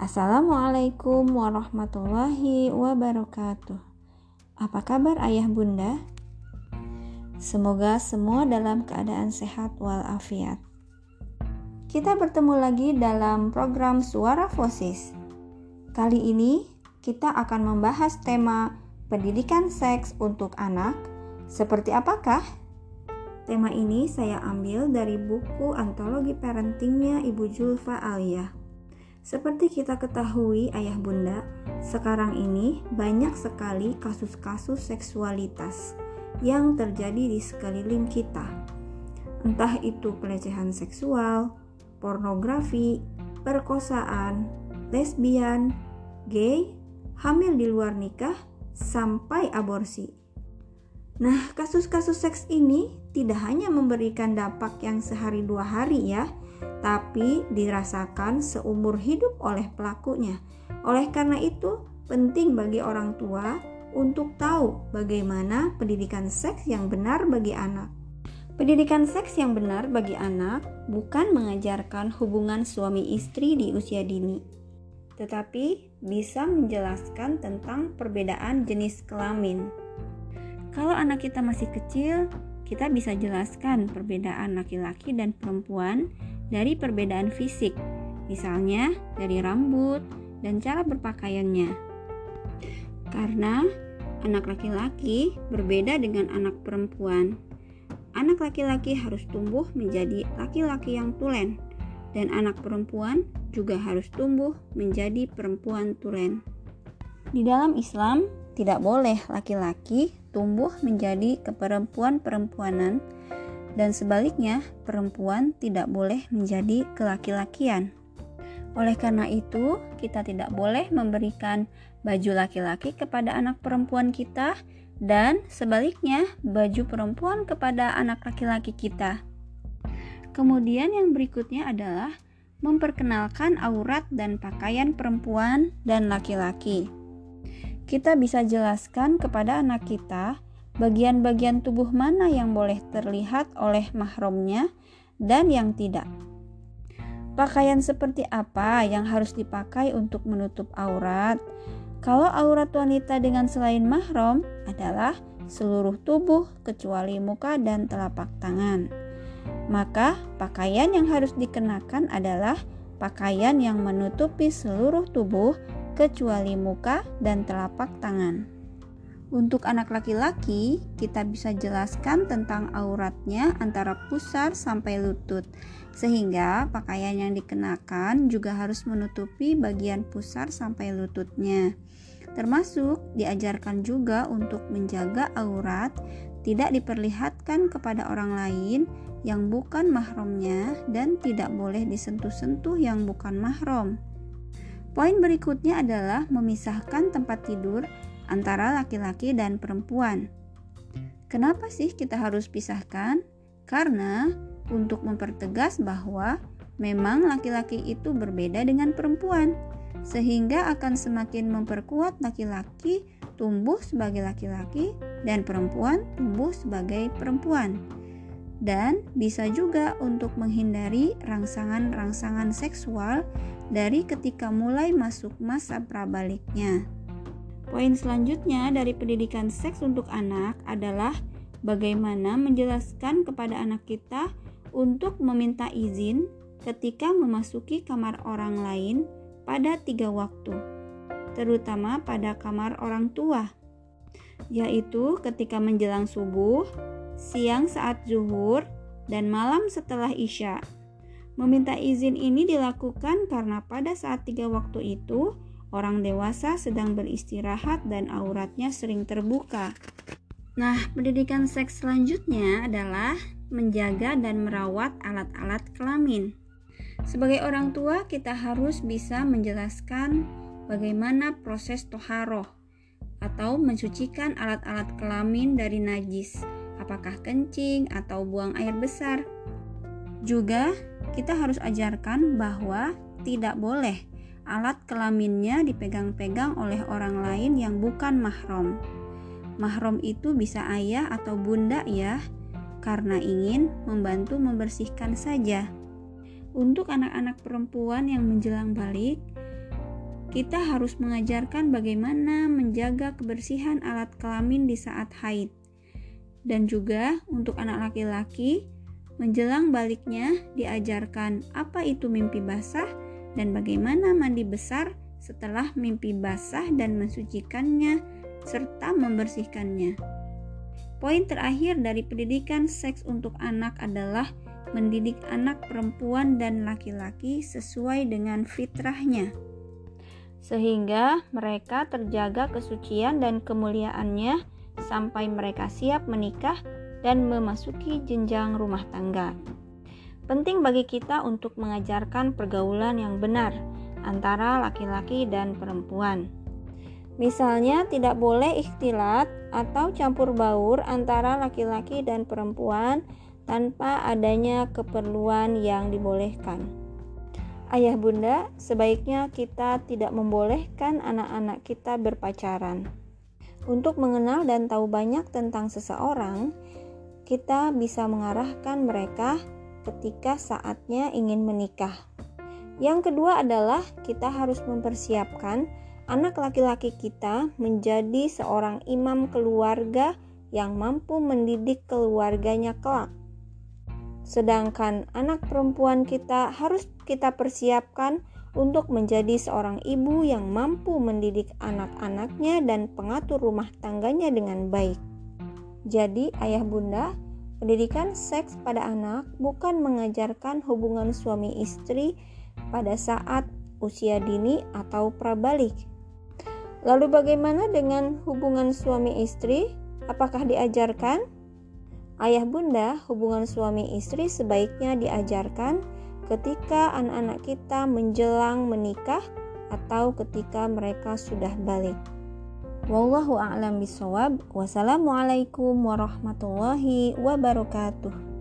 Assalamualaikum warahmatullahi wabarakatuh. Apa kabar ayah bunda? Semoga semua dalam keadaan sehat walafiat. Kita bertemu lagi dalam program Suara Fosis. Kali ini kita akan membahas tema pendidikan seks untuk anak. Seperti apakah? Tema ini saya ambil dari buku antologi parentingnya Ibu Julfa Aliyah. Seperti kita ketahui ayah bunda, sekarang ini banyak sekali kasus-kasus seksualitas yang terjadi di sekeliling kita. Entah itu pelecehan seksual, pornografi, perkosaan, lesbian, gay, hamil di luar nikah, sampai aborsi. Nah, kasus-kasus seks ini tidak hanya memberikan dampak yang sehari dua hari ya, tapi dirasakan seumur hidup oleh pelakunya. Oleh karena itu, penting bagi orang tua untuk tahu bagaimana pendidikan seks yang benar bagi anak. Pendidikan seks yang benar bagi anak bukan mengajarkan hubungan suami istri di usia dini, tetapi bisa menjelaskan tentang perbedaan jenis kelamin. Kalau anak kita masih kecil, kita bisa jelaskan perbedaan laki-laki dan perempuan dari perbedaan fisik, misalnya dari rambut dan cara berpakaiannya. Karena anak laki-laki berbeda dengan anak perempuan. Anak laki-laki harus tumbuh menjadi laki-laki yang tulen, dan anak perempuan juga harus tumbuh menjadi perempuan tulen. Di dalam Islam, tidak boleh laki-laki tumbuh menjadi keperempuan-perempuanan, dan sebaliknya perempuan tidak boleh menjadi kelaki-lakian. Oleh karena itu, kita tidak boleh memberikan baju laki-laki kepada anak perempuan kita, dan sebaliknya baju perempuan kepada anak laki-laki kita. Kemudian yang berikutnya adalah memperkenalkan aurat dan pakaian perempuan dan laki-laki. Kita bisa jelaskan kepada anak kita bagian-bagian tubuh mana yang boleh terlihat oleh mahramnya dan yang tidak. Pakaian seperti apa yang harus dipakai untuk menutup aurat? Kalau aurat wanita dengan selain mahram adalah seluruh tubuh kecuali muka dan telapak tangan, maka pakaian yang harus dikenakan adalah pakaian yang menutupi seluruh tubuh kecuali muka dan telapak tangan. Untuk anak laki-laki, kita bisa jelaskan tentang auratnya antara pusar sampai lutut, sehingga pakaian yang dikenakan juga harus menutupi bagian pusar sampai lututnya. Termasuk diajarkan juga untuk menjaga aurat tidak diperlihatkan kepada orang lain yang bukan mahramnya dan tidak boleh disentuh-sentuh yang bukan mahram. Poin berikutnya adalah memisahkan tempat tidur antara laki-laki dan perempuan. Kenapa sih kita harus pisahkan? Karena untuk mempertegas bahwa memang laki-laki itu berbeda dengan perempuan, sehingga akan semakin memperkuat laki-laki tumbuh sebagai laki-laki dan perempuan tumbuh sebagai perempuan. Dan bisa juga untuk menghindari rangsangan-rangsangan seksual dari ketika mulai masuk masa prabaliknya. Poin selanjutnya dari pendidikan seks untuk anak adalah bagaimana menjelaskan kepada anak kita untuk meminta izin ketika memasuki kamar orang lain pada 3 waktu, terutama pada kamar orang tua, yaitu ketika menjelang subuh, siang saat zuhur, dan malam setelah isya. Meminta izin ini dilakukan karena pada saat 3 waktu itu orang dewasa sedang beristirahat dan auratnya sering terbuka. Nah, pendidikan seks selanjutnya adalah menjaga dan merawat alat-alat kelamin. Sebagai orang tua, kita harus bisa menjelaskan bagaimana proses toharoh atau mensucikan alat-alat kelamin dari najis, apakah kencing atau buang air besar. Juga kita harus ajarkan bahwa tidak boleh alat kelaminnya dipegang-pegang oleh orang lain yang bukan mahram. Mahram itu bisa ayah atau bunda ya, karena ingin membantu membersihkan saja. Untuk anak-anak perempuan yang menjelang balik, kita harus mengajarkan bagaimana menjaga kebersihan alat kelamin di saat haid. Dan juga untuk anak laki-laki, menjelang baliknya diajarkan apa itu mimpi basah dan bagaimana mandi besar setelah mimpi basah dan mensucikannya serta membersihkannya. Poin terakhir dari pendidikan seks untuk anak adalah mendidik anak perempuan dan laki-laki sesuai dengan fitrahnya, sehingga mereka terjaga kesucian dan kemuliaannya sampai mereka siap menikah dan memasuki jenjang rumah tangga. Penting bagi kita untuk mengajarkan pergaulan yang benar antara laki-laki dan perempuan. Misalnya, tidak boleh ikhtilat atau campur baur antara laki-laki dan perempuan tanpa adanya keperluan yang dibolehkan. Ayah bunda, sebaiknya kita tidak membolehkan anak-anak kita berpacaran. Untuk mengenal dan tahu banyak tentang seseorang, kita bisa mengarahkan mereka ketika saatnya ingin menikah. Yang kedua adalah kita harus mempersiapkan anak laki-laki kita menjadi seorang imam keluarga yang mampu mendidik keluarganya kelak. Sedangkan anak perempuan kita harus kita persiapkan untuk menjadi seorang ibu yang mampu mendidik anak-anaknya dan pengatur rumah tangganya dengan baik. Jadi ayah bunda, pendidikan seks pada anak bukan mengajarkan hubungan suami istri pada saat usia dini atau prabalik. Lalu bagaimana dengan hubungan suami istri? Apakah diajarkan? Ayah bunda, hubungan suami istri sebaiknya diajarkan ketika anak-anak kita menjelang menikah atau ketika mereka sudah balik. Wallahu a'lam bishawab. Wassalamualaikum warahmatullahi wabarakatuh.